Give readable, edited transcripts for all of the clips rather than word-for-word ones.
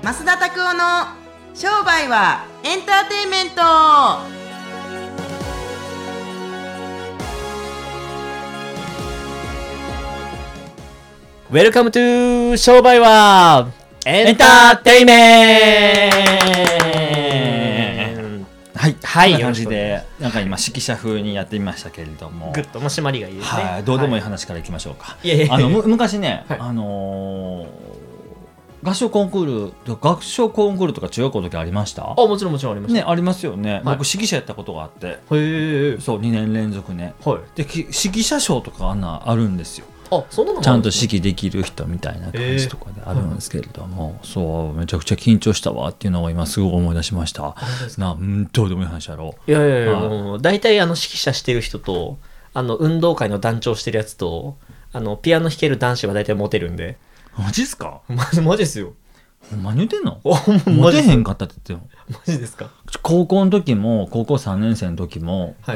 増田拓夫の商売はエンターテインメント。 Welcome to 商売はエンターテイメント。 はい、 はい、 こんな感じでなんか今指揮者風にやってみましたけれども、 グッとも締まりがいいですね。 はい、どうでもいい話からいきましょうか。 いやいや昔ね、 はい合唱コンクールとか中学校の時ありました？ もちろんありましたね、ありますよね、 はい、 僕指揮者やったことがあって、 へそう2年連続ね、 はい、 で指揮者賞とかあるんですよ。 そんなのちゃんと指揮できる人みたいな感じとかであるんですけれども、そうめちゃくちゃ緊張したわっていうのを今すごく思い出しました。どうでもいい話やろう。 いやもう大体指揮者してる人と運動会の団長してるやつとピアノ弾ける男子は大体モテるんで。 マジっすか？ マジですよ。 ほんまに言ってんの？ モテへんかったって言ってよ。 マジですか？ 高校3年生の時も、 はい、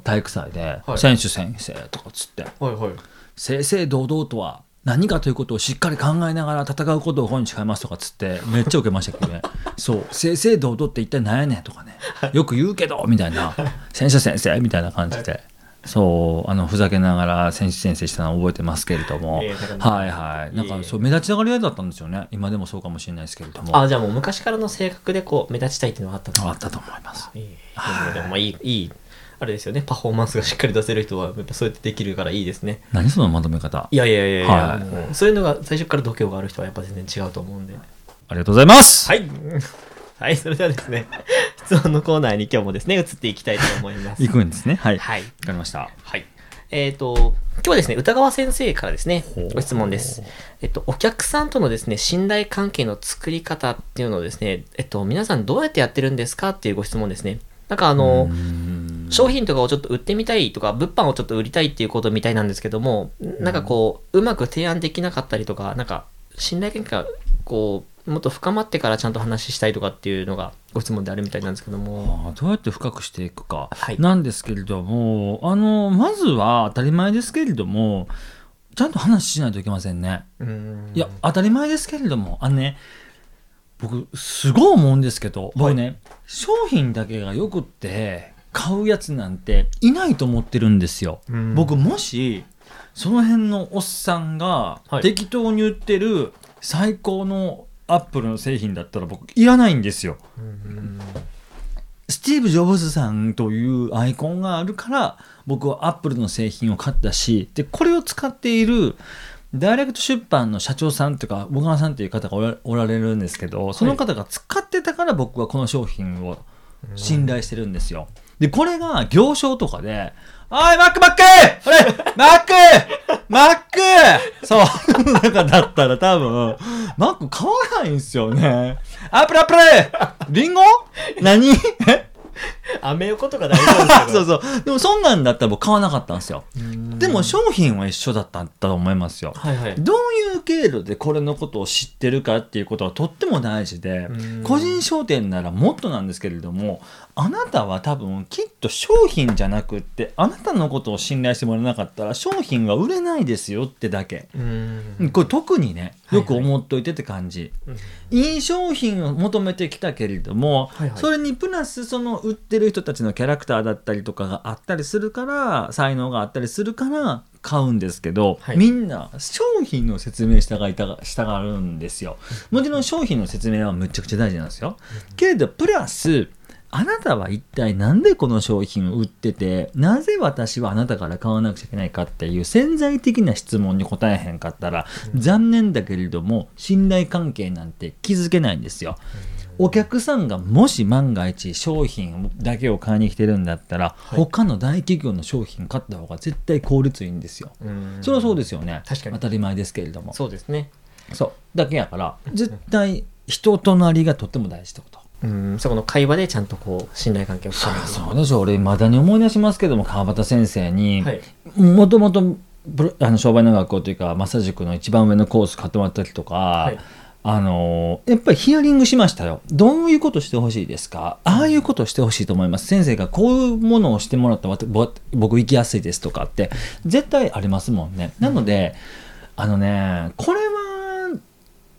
体育祭で、 はい、 選手先生とかつって、 はいはい、 正々堂々とは何かということをしっかり考えながら戦うことを本に誓いますとかつってめっちゃ受けましたけどね。そう正々堂々って一体何やねんとかね、よく言うけどみたいな、選手先生みたいな感じで、そうふざけながら選手先生したのを覚えてますけれども、はいはい、なんかそう目立ちたがり屋だったんですよね。今でもそうかもしれないですけれども。 じゃあもう昔からの性格でこう目立ちたいっていうのはあったと思います。でもまあいいあれですよね。パフォーマンスがしっかり出せる人はやっぱそうやってできるからいいですね。 何そのまとめ方。 いや、 はい、 そういうのが最初から度胸がある人はやっぱ全然違うと思うんで。 ありがとうございます。 はいはい、それではですね、質問のコーナーに今日もですね移っていきたいと思います。 行くんですね。はい、 はい、 わかりました。 はい、今日はですね歌川先生からですねご質問です。お客さんとのですね信頼関係の作り方っていうのをですね皆さんどうやってやってるんですかっていうご質問ですね。なんか商品とかをちょっと売ってみたいとか物販をちょっと売りたいっていうことみたいなんですけども、なんかこううまく提案できなかったりとか、なんか信頼関係がこうもっと深まってからちゃんと話したいとかっていうのがご質問であるみたいなんですけども、 どうやって深くしていくか、 はい、 なんですけれども、まずは当たり前ですけれどもちゃんと話しないといけませんね。いや当たり前ですけれども僕すごい思うんですけど、僕ね、商品だけがよくって買うやつなんていないと思ってるんですよ。僕もしその辺のおっさんが適当に売ってる最高のアップルの製品だったら僕いらないんですよ。スティーブ・ジョブズさんというアイコンがあるから僕はアップルの製品を買ったし、でこれを使っているダイレクト出版の社長さんとか小川さんという方がおられるんですけど、その方が使ってたから僕はこの商品を信頼してるんですよ。でこれが行商とかでおいマックこれマックそうなんかだったら多分マック買わないんですよね。アップルリンゴ何アメ横とか大丈夫ですけどそうでもそんなんだったら僕買わなかったんですよ。でも商品は一緒だったと思いますよ。どういう経路でこれのことを知ってるかっていうことはとっても大事で、個人商店ならもっとなんですけれども、あなたは多分きっと商品じゃなくってあなたのことを信頼してもらえなかったら商品が売れないですよってだけ。これ特にねよく思っといてって感じ。いい商品を求めてきたけれども、それにプラスその売ってる人たちのキャラクターだったりとかがあったりするから、才能があったりするから買うんですけど、みんな商品の説明したがるんですよ。もちろん商品の説明はむちゃくちゃ大事なんですよ。けれどプラスあなたは一体なんでこの商品を売ってて、なぜ私はあなたから買わなくちゃいけないかっていう潜在的な質問に答えへんかったら、残念だけれども信頼関係なんて築けないんですよ。お客さんがもし万が一商品だけを買いに来てるんだったら、他の大企業の商品買った方が絶対効率いいんですよ。それはそうですよね。 確かに当たり前ですけれども。 そうですね。 そうだけやから絶対人となりがとっても大事ってこと。 そこの会話でちゃんとこう信頼関係を深める。 そうでしょ。俺まだに思い出しますけども、川端先生にもともと商売の学校というか正塾の一番上のコース買ってもらった時とか、やっぱりヒアリングしましたよ。どういうことしてほしいですか、ああいうことしてほしいと思います、先生がこういうものをしてもらったら僕行きやすいですとかって絶対ありますもんね。なのでこれは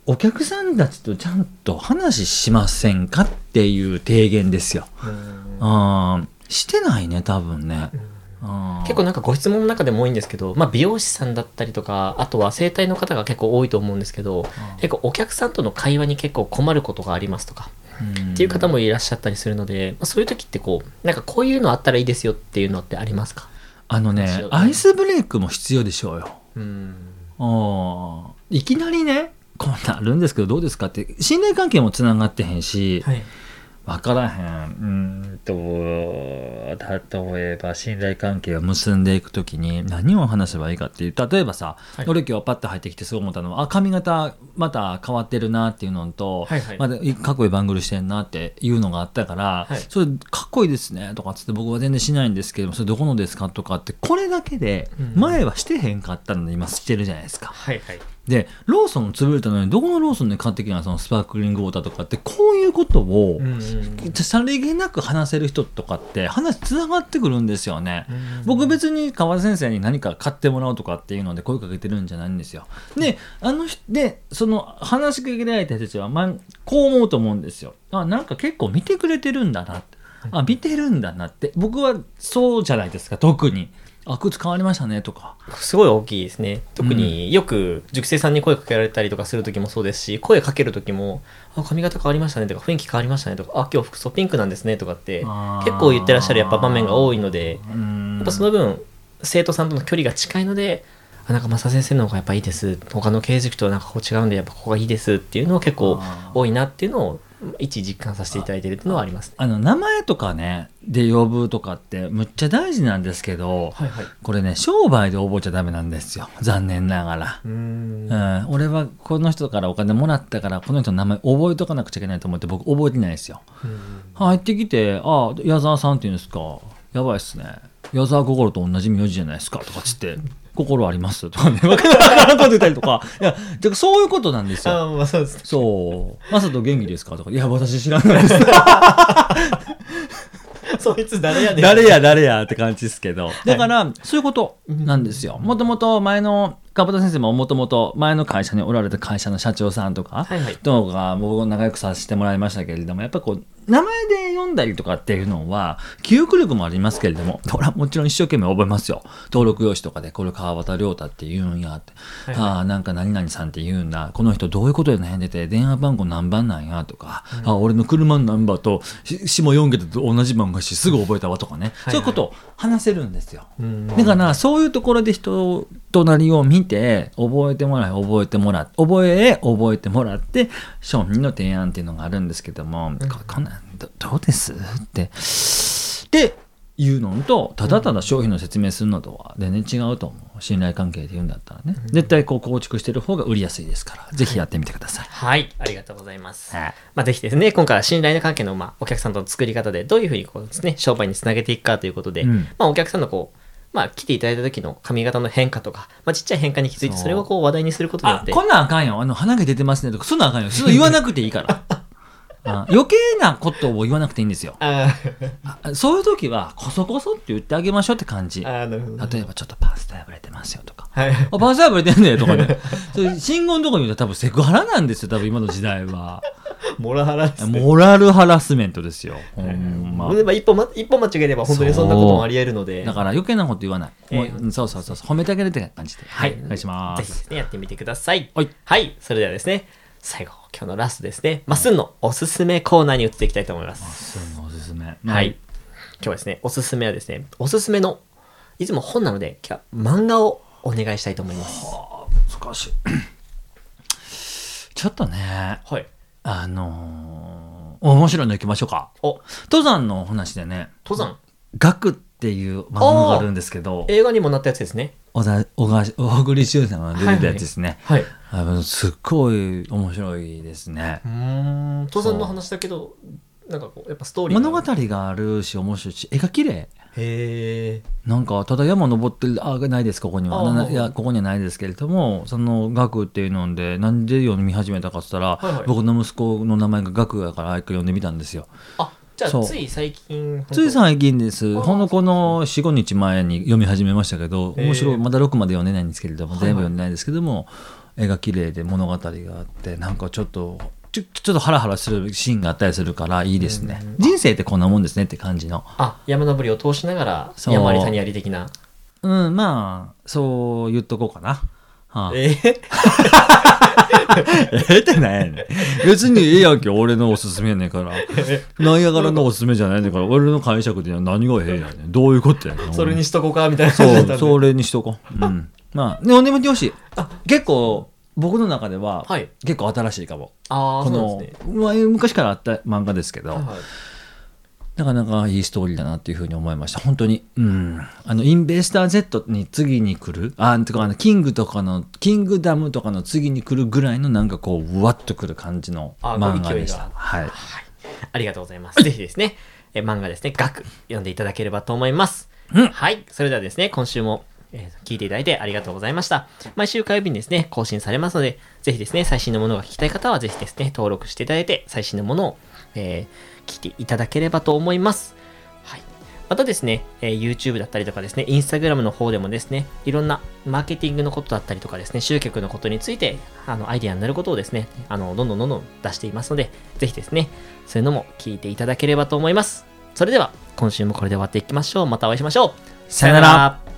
お客さんたちとちゃんと話しませんかっていう提言ですよ。してないね多分ね。 結構なんかご質問の中でも多いんですけど、美容師さんだったりとか、あとは整体の方が結構多いと思うんですけど、結構お客さんとの会話に結構困ることがありますとかっていう方もいらっしゃったりするので、そういう時ってなんかこういうのあったらいいですよっていうのってありますか？ アイスブレイクも必要でしょうよ。いきなりねこんなんあるんですけどどうですかって信頼関係もつながってへんし、分からへん。例えば信頼関係を結んでいくときに何を話せばいいかっていう、例えばさ、俺今日パッと入ってきてそう思ったのは髪型また変わってるなっていうのと、まだかっこいいバングルしてんなっていうのがあったから、それかっこいいですねとかつって僕は全然しないんですけどもそれどこのですかとかってこれだけで前はしてへんかったのに今してるじゃないですか。でローソン潰れたのにどこのローソンで買ってきたそのスパークリングウォーターとかってこういうことをさりげなく話せる人とかって話つながってくるんですよね。僕別に川田先生に何か買ってもらうとかっていうので声かけてるんじゃないんですよ。でその話しかけられた人たちは、こう思うと思うんですよ。なんか結構見てくれてるんだなって、見てるんだなって。僕はそうじゃないですか。特に靴変わりましたねとかすごい大きいですね。特によく塾生さんに声かけられたりとかする時もそうですし、声かける時も髪型変わりましたねとか雰囲気変わりましたねとか今日服装ピンクなんですねとかって結構言ってらっしゃるやっぱ場面が多いので、やっぱその分生徒さんとの距離が近いのでなんか増田先生の方がやっぱいいです、他の経営塾となんかこう違うんでやっぱここがいいですっていうのは結構多いなっていうのを一実感させていただいているっていうのはありますね。 名前とかねで呼ぶとかってむっちゃ大事なんですけど、これね商売で覚えちゃダメなんですよ残念ながら。俺はこの人からお金もらったからこの人の名前覚えとかなくちゃいけないと思って僕覚えてないですよ。入ってきて矢沢さんって言うんですか、やばいっすね、矢沢心と同じ名字じゃないですかとかつって心ありますとかね、分からんこと言ったりとか、いやそういうことなんですよ。 そうです。 マサト元気ですかとか、いや私知らないですそいつ誰やねん誰やって感じですけど、だからそういうことなんですよ。もともと前の川端先生ももともと前の会社におられた会社の社長さんとかとか僕仲良くさせてもらいましたけれども、やっぱこう名前で読んだりとかっていうのは記憶力もありますけれども、ほらもちろん一生懸命覚えますよ。登録用紙とかでこれ川端亮太って言うんやって、なんか何々さんって言うんだ、この人どういうことで悩んでて電話番号何番なんやとか、俺の車のナンバーと下4桁と同じ番号しすぐ覚えたわとかね、そういうことを話せるんですよ。だからそういうところで人となりを見て覚えてもらって商品の提案っていうのがあるんですけども、こんなんどうですっていうのとただただ商品の説明するのとは全然違うと思う。信頼関係で言うんだったらね、絶対こう構築してる方が売りやすいですから、ぜひやってみてください。 ありがとうございます。ぜひですね今回は信頼の関係のお客さんとの作り方でどういうふうにこうですね商売につなげていくかということで、お客さんのこう来ていただいた時の髪型の変化とか、ちっちゃい変化に気づいてそれをこう話題にすることによって、 こんなんあかんよ、鼻毛出てますねとかそんなんあかんよ、それ言わなくていいから余計なことを言わなくていいんですよ。そういう時はこそこそって言ってあげましょうって感じ。例えばちょっとパースタ破れてますよとか、パースタ破れてんねとかねそれ信号のとこに言うと多分セクハラなんですよ、多分今の時代はモラルハラスメントですよ。 一歩間違えれば本当にそんなこともありえるので、 だから余計なこと言わない、そう褒めてあげるって感じで、お願いします。 ぜひですねやってみてください。それではですね最後今日のラストですね、まっすんのおすすめコーナーに移っていきたいと思います。 まっすんのおすすめ、 今日はですねおすすめはですねおすすめのいつも本なので今日は漫画をお願いしたいと思います。 難しいちょっとね、面白いのいきましょうか。登山の話でね、学っていう漫画があるんですけど、 映画にもなったやつですね。 小栗旬さんが出てたやつですね。すっごい面白いですね。 登山の話だけどなんかこうやっぱストーリー物語があるし面白いし絵が綺麗。なんかただ山登ってるないですここには、いやここにはないですけれども、その学っていうのでなんで読み始めたかって言ったら、僕の息子の名前が学やから読んでみたんですよ。 じゃあつい最近です。ほんのこの 4,5 日前に読み始めましたけど、面白い。まだ6まで読んでないんですけれども、全部読んでないんですけども、 絵が綺麗で物語があってなんかちょっとハラハラするシーンがあったりするからいいですね。人生ってこんなもんですねって感じの。 山登りを通しながら山あり谷あり的な。 まあそう言っとこうかな。ってなんやねん。別にええやんけ俺のおすすめやねんから。ナイアガラのおすすめじゃないねんから俺の解釈で何がええやねん。どういうことやねん。 それにしとこうかみたいな感じだったんで。 それにしとこう。まあでも見てほしい。結構僕の中では、結構新しいかも。 そうですね。 昔からあった漫画ですけど、なかなかいいストーリーだなっていうふうに思いました。本当に。インベスター Z に次に来る、キングダムとかの次に来るぐらいのなんかこう、うわっとくる感じの漫画でした。はい。 ありがとうございます。ぜひですね、漫画ですね、学読んでいただければと思います。はい。それではですね、今週も聞いていただいてありがとうございました。毎週火曜日にですね、更新されますので、ぜひですね、最新のものが聞きたい方はぜひですね、登録していただいて、最新のものを、聞いていただければと思います。はい。またですね、YouTube だったりとかですね、Instagram の方でもですね、いろんなマーケティングのことだったりとかですね、集客のことについて、アイデアになることをですね、どんどん出していますので、ぜひですね、そういうのも聞いていただければと思います。それでは、今週もこれで終わっていきましょう。またお会いしましょう。 さよなら。